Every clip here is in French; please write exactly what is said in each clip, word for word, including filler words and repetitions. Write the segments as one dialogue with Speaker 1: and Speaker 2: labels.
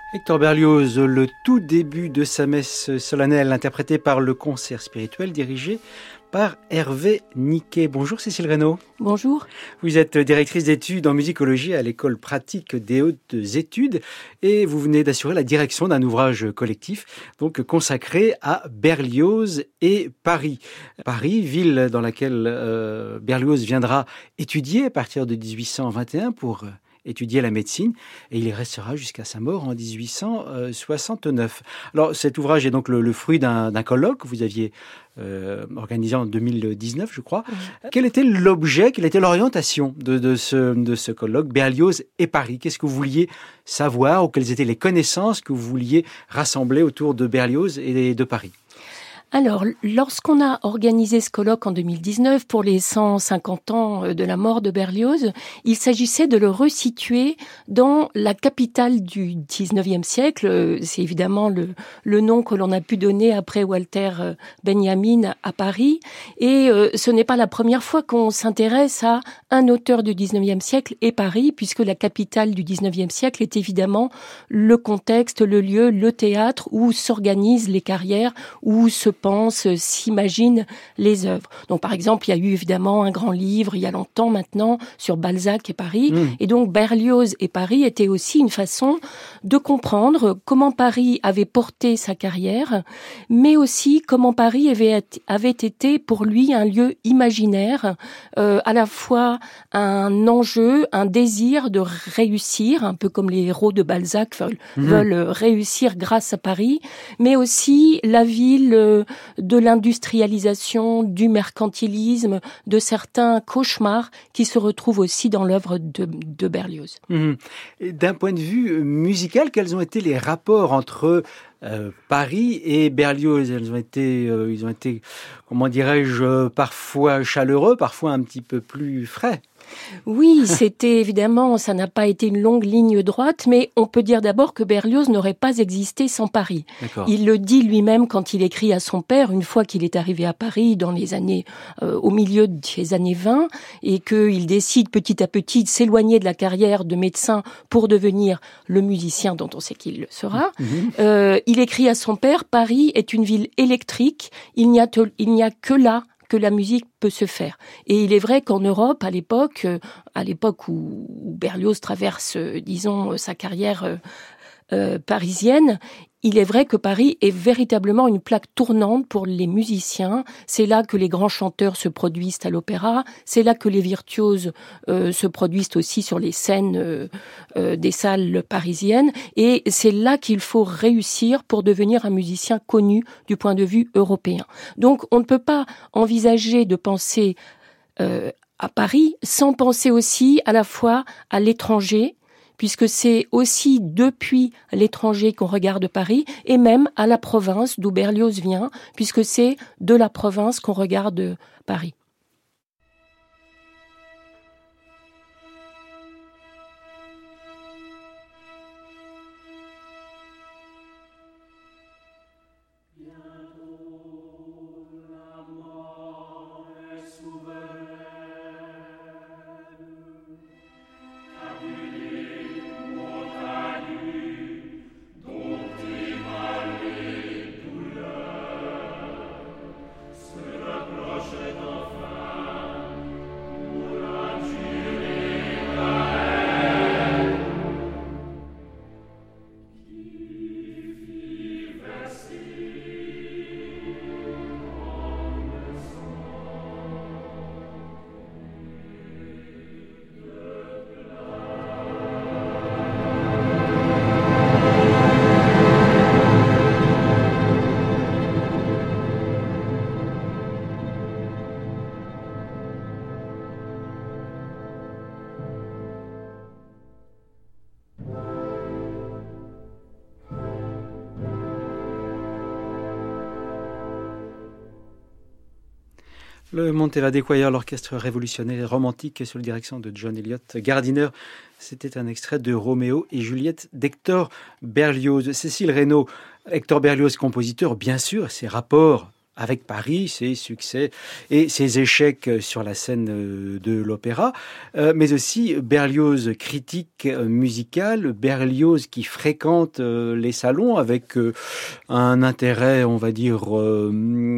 Speaker 1: Hector Berlioz, le tout début de sa messe solennelle, interprétée par le concert spirituel dirigé par Hervé Niquet. Bonjour Cécile Reynaud.
Speaker 2: Bonjour.
Speaker 1: Vous êtes directrice d'études en musicologie à l'école pratique des hautes études et vous venez d'assurer la direction d'un ouvrage collectif donc consacré à Berlioz et Paris. Paris, ville dans laquelle euh, Berlioz viendra étudier à partir de dix-huit cent vingt et un pour étudier la médecine, et il y restera jusqu'à sa mort en dix-huit cent soixante-neuf. Alors, cet ouvrage est donc le, le fruit d'un, d'un colloque que vous aviez euh, organisé en deux mille dix-neuf, je crois. Mmh. Quel était l'objet, quelle était l'orientation de, de, ce, de ce colloque Berlioz et Paris? Qu'est-ce que vous vouliez savoir, ou quelles étaient les connaissances que vous vouliez rassembler autour de Berlioz et de Paris?
Speaker 2: Alors, lorsqu'on a organisé ce colloque en deux mille dix-neuf pour les cent cinquante ans de la mort de Berlioz, il s'agissait de le resituer dans la capitale du dix-neuvième siècle. C'est évidemment le, le nom que l'on a pu donner après Walter Benjamin à Paris. Et euh, ce n'est pas la première fois qu'on s'intéresse à un auteur du dix-neuvième siècle et Paris, puisque la capitale du dix-neuvième siècle est évidemment le contexte, le lieu, le théâtre où s'organisent les carrières, où se pense, s'imagine les œuvres. Donc, par exemple, il y a eu évidemment un grand livre, il y a longtemps maintenant, sur Balzac et Paris. Mmh. Et donc, Berlioz et Paris était aussi une façon de comprendre comment Paris avait porté sa carrière, mais aussi comment Paris avait, avait été pour lui un lieu imaginaire, euh, à la fois un enjeu, un désir de réussir, un peu comme les héros de Balzac veulent, mmh. veulent réussir grâce à Paris, mais aussi la ville euh, de l'industrialisation, du mercantilisme, de certains cauchemars qui se retrouvent aussi dans l'œuvre de, de Berlioz.
Speaker 1: Mmh. D'un point de vue musical, quels ont été les rapports entre euh, Paris et Berlioz? Ils ont été, euh, ils ont été, comment dirais-je, parfois chaleureux, parfois un petit peu plus frais.
Speaker 2: Oui, c'était évidemment, ça n'a pas été une longue ligne droite, mais on peut dire d'abord que Berlioz n'aurait pas existé sans Paris. D'accord. Il le dit lui-même quand il écrit à son père, une fois qu'il est arrivé à Paris dans les années, euh, au milieu des années vingt, et qu'il décide petit à petit de s'éloigner de la carrière de médecin pour devenir le musicien dont on sait qu'il le sera. Mmh. Euh, il écrit à son père, Paris est une ville électrique, il n'y a, te, il n'y a que là que la musique peut se faire. Et il est vrai qu'en Europe, à l'époque, euh, à l'époque où, où Berlioz traverse, euh, disons, sa carrière euh, euh, parisienne, il est vrai que Paris est véritablement une plaque tournante pour les musiciens. C'est là que les grands chanteurs se produisent à l'opéra. C'est là que les virtuoses euh, se produisent aussi sur les scènes euh, euh, des salles parisiennes. Et c'est là qu'il faut réussir pour devenir un musicien connu du point de vue européen. Donc, on ne peut pas envisager de penser euh, à Paris sans penser aussi à la fois à l'étranger, puisque c'est aussi depuis l'étranger qu'on regarde Paris, et même à la province d'où Berlioz vient, puisque c'est de la province qu'on regarde Paris.
Speaker 1: Le Monteverdi Choir, l'orchestre révolutionnaire et romantique sous la direction de John Elliott Gardiner. C'était un extrait de Roméo et Juliette d'Hector Berlioz. Cécile Reynaud, Hector Berlioz, compositeur, bien sûr, ses rapports avec Paris, ses succès et ses échecs sur la scène de l'opéra, euh, mais aussi Berlioz critique musical, Berlioz qui fréquente euh, les salons avec euh, un intérêt, on va dire, euh,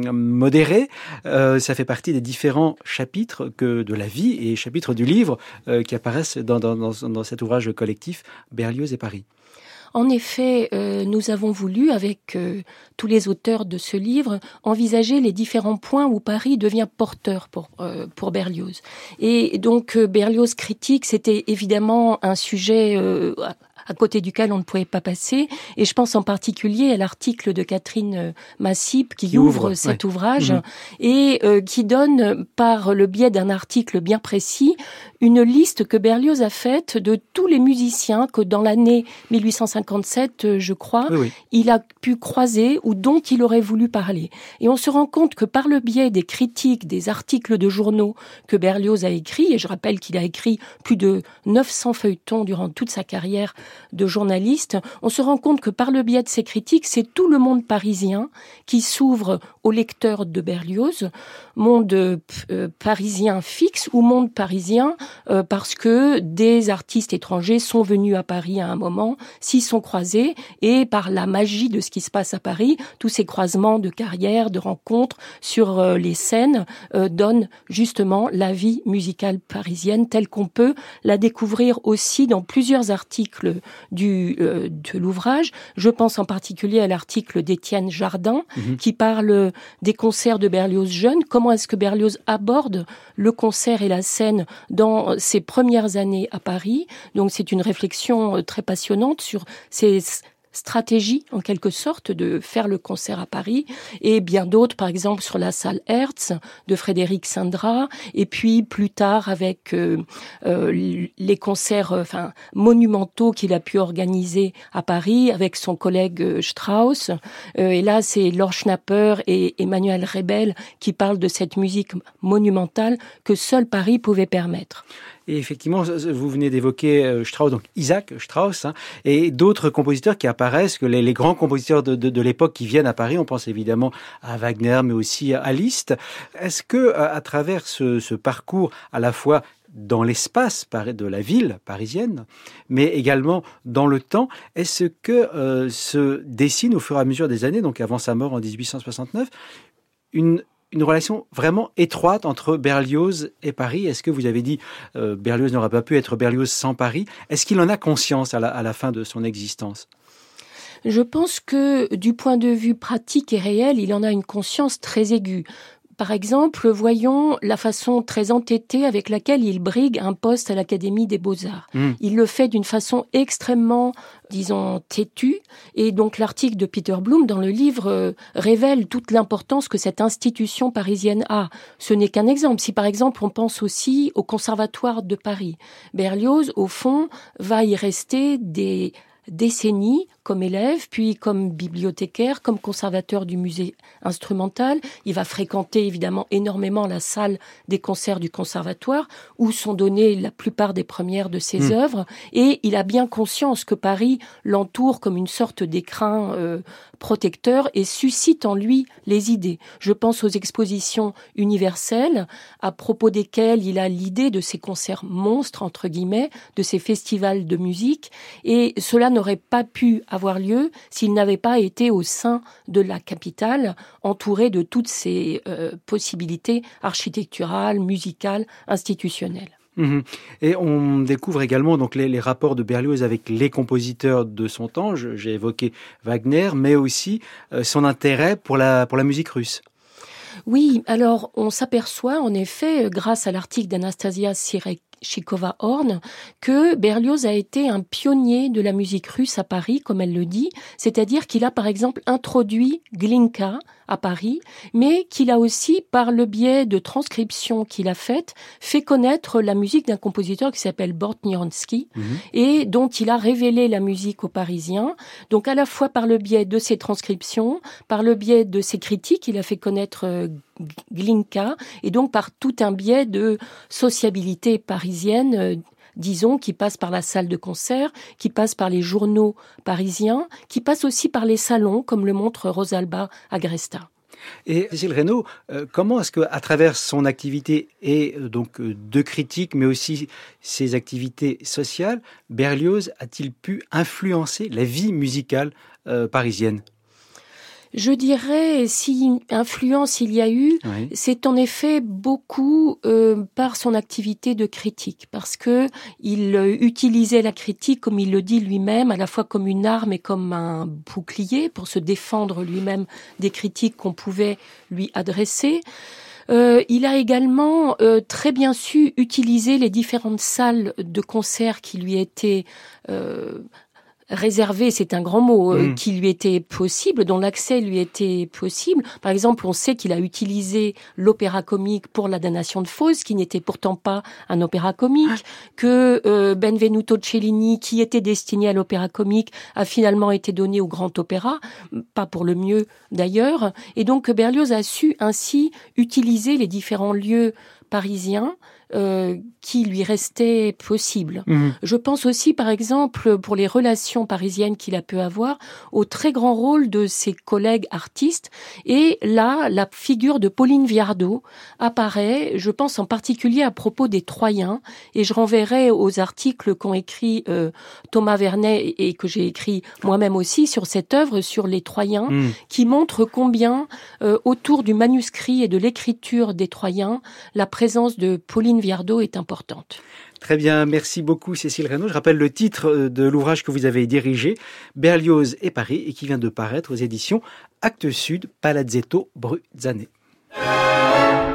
Speaker 1: modéré. Euh, ça fait partie des différents chapitres que de la vie et chapitres du livre euh, qui apparaissent dans, dans, dans, dans cet ouvrage collectif Berlioz et Paris.
Speaker 2: En effet, euh, nous avons voulu, avec euh, tous les auteurs de ce livre, envisager les différents points où Paris devient porteur pour, euh, pour Berlioz. Et donc, euh, Berlioz critique, c'était évidemment un sujet euh, à côté duquel on ne pouvait pas passer. Et je pense en particulier à l'article de Catherine Massip qui, qui ouvre, ouvre cet ouais. ouvrage mmh. et euh, qui donne, par le biais d'un article bien précis, une liste que Berlioz a faite de tous les musiciens que dans l'année mille huit cent cinquante-sept, je crois, oui, oui. il a pu croiser ou dont il aurait voulu parler. Et on se rend compte que par le biais des critiques, des articles de journaux que Berlioz a écrits, et je rappelle qu'il a écrit plus de neuf cents feuilletons durant toute sa carrière de journaliste, on se rend compte que par le biais de ces critiques, c'est tout le monde parisien qui s'ouvre aux lecteurs de Berlioz, monde euh, parisien fixe ou monde parisien euh, parce que des artistes étrangers sont venus à Paris à un moment, s'y sont croisés et par la magie de ce qui se passe à Paris, tous ces croisements de carrières, de rencontres sur euh, les scènes euh, donnent justement la vie musicale parisienne telle qu'on peut la découvrir aussi dans plusieurs articles du, euh, de l'ouvrage. Je pense en particulier à l'article d'Étienne Jardin mmh. qui parle des concerts de Berlioz jeunes. Comment est-ce que Berlioz aborde le concert et la scène dans ses premières années à Paris? Donc c'est une réflexion très passionnante sur ces stratégie, en quelque sorte, de faire le concert à Paris, et bien d'autres, par exemple, sur la salle Hertz de Frédéric Sindra, et puis plus tard avec euh, euh, les concerts euh, enfin, monumentaux qu'il a pu organiser à Paris avec son collègue euh, Strauss. Euh, et là, c'est Laure Schnapper et Emmanuel Rebel qui parlent de cette musique monumentale que seul Paris pouvait permettre.
Speaker 1: Et effectivement, vous venez d'évoquer Strauss, donc Isaac Strauss, hein, et d'autres compositeurs qui apparaissent, que les, les grands compositeurs de, de, de l'époque qui viennent à Paris, on pense évidemment à Wagner, mais aussi à Liszt. Est-ce que, à travers ce, ce parcours, à la fois dans l'espace de la ville parisienne, mais également dans le temps, est-ce que euh, se dessine au fur et à mesure des années, donc avant sa mort en dix-huit cent soixante-neuf, une une relation vraiment étroite entre Berlioz et Paris? Est-ce que vous avez dit euh, Berlioz n'aurait pas pu être Berlioz sans Paris? Est-ce qu'il en a conscience à la, à la fin de son existence?
Speaker 2: Je pense que du point de vue pratique et réel, il en a une conscience très aiguë. Par exemple, voyons la façon très entêtée avec laquelle il brigue un poste à l'Académie des Beaux-Arts. Mmh. Il le fait d'une façon extrêmement, disons, têtue. Et donc l'article de Peter Bloom dans le livre euh, révèle toute l'importance que cette institution parisienne a. Ce n'est qu'un exemple. Si par exemple on pense aussi au Conservatoire de Paris, Berlioz, au fond, va y rester des décennies comme élève, puis comme bibliothécaire, comme conservateur du musée instrumental. Il va fréquenter évidemment énormément la salle des concerts du conservatoire, où sont données la plupart des premières de ses mmh. œuvres, et il a bien conscience que Paris l'entoure comme une sorte d'écrin euh, protecteur et suscite en lui les idées. Je pense aux expositions universelles, à propos desquelles il a l'idée de ces concerts monstres, entre guillemets, de ces festivals de musique, et cela n'aurait pas pu avoir lieu s'il n'avait pas été au sein de la capitale, entouré de toutes ces euh, possibilités architecturales, musicales, institutionnelles.
Speaker 1: Mmh. Et on découvre également donc les, les rapports de Berlioz avec les compositeurs de son temps. Je, j'ai évoqué Wagner, mais aussi euh, son intérêt pour la, pour la musique russe.
Speaker 2: Oui, alors on s'aperçoit en effet, grâce à l'article d'Anastasia Sirek, Chikova-Horn, que Berlioz a été un pionnier de la musique russe à Paris, comme elle le dit, c'est-à-dire qu'il a par exemple introduit Glinka à Paris, mais qu'il a aussi, par le biais de transcriptions qu'il a faites, fait connaître la musique d'un compositeur qui s'appelle Bortniansky, mmh. et dont il a révélé la musique aux Parisiens. Donc à la fois par le biais de ses transcriptions, par le biais de ses critiques, il a fait connaître euh, Glinka, et donc par tout un biais de sociabilité parisienne, euh, disons, qui passe par la salle de concert, qui passe par les journaux parisiens, qui passe aussi par les salons, comme le montre Rosalba Agresta.
Speaker 1: Et Cécile Reynaud, euh, comment est-ce qu'à travers son activité et euh, donc euh, de critique, mais aussi ses activités sociales, Berlioz a-t-il pu influencer la vie musicale euh, parisienne ?
Speaker 2: Je dirais, si influence il y a eu, oui. c'est en effet beaucoup euh, par son activité de critique, parce que il euh, utilisait la critique, comme il le dit lui-même, à la fois comme une arme et comme un bouclier pour se défendre lui-même des critiques qu'on pouvait lui adresser. Euh, il a également euh, très bien su utiliser les différentes salles de concert qui lui étaient euh, réservé, c'est un grand mot, euh, mmh. qui lui était possible, dont l'accès lui était possible. Par exemple, on sait qu'il a utilisé l'opéra comique pour la damnation de Faust, qui n'était pourtant pas un opéra comique, ah. que euh, Benvenuto Cellini, qui était destiné à l'opéra comique, a finalement été donné au grand opéra, pas pour le mieux d'ailleurs. Et donc Berlioz a su ainsi utiliser les différents lieux parisiens Euh, qui lui restait possible. Mmh. Je pense aussi, par exemple, pour les relations parisiennes qu'il a pu avoir, au très grand rôle de ses collègues artistes. Et là, la figure de Pauline Viardot apparaît, je pense en particulier à propos des Troyens, et je renverrai aux articles qu'ont écrit euh, Thomas Vernet et, et que j'ai écrit moi-même aussi sur cette œuvre sur les Troyens, mmh. qui montre combien, euh, autour du manuscrit et de l'écriture des Troyens, la présence de Pauline Viardot est importante.
Speaker 1: Très bien, merci beaucoup Cécile Reynaud. Je rappelle le titre de l'ouvrage que vous avez dirigé, Berlioz et Paris, et qui vient de paraître aux éditions Actes Sud, Palazzetto Bruzzane.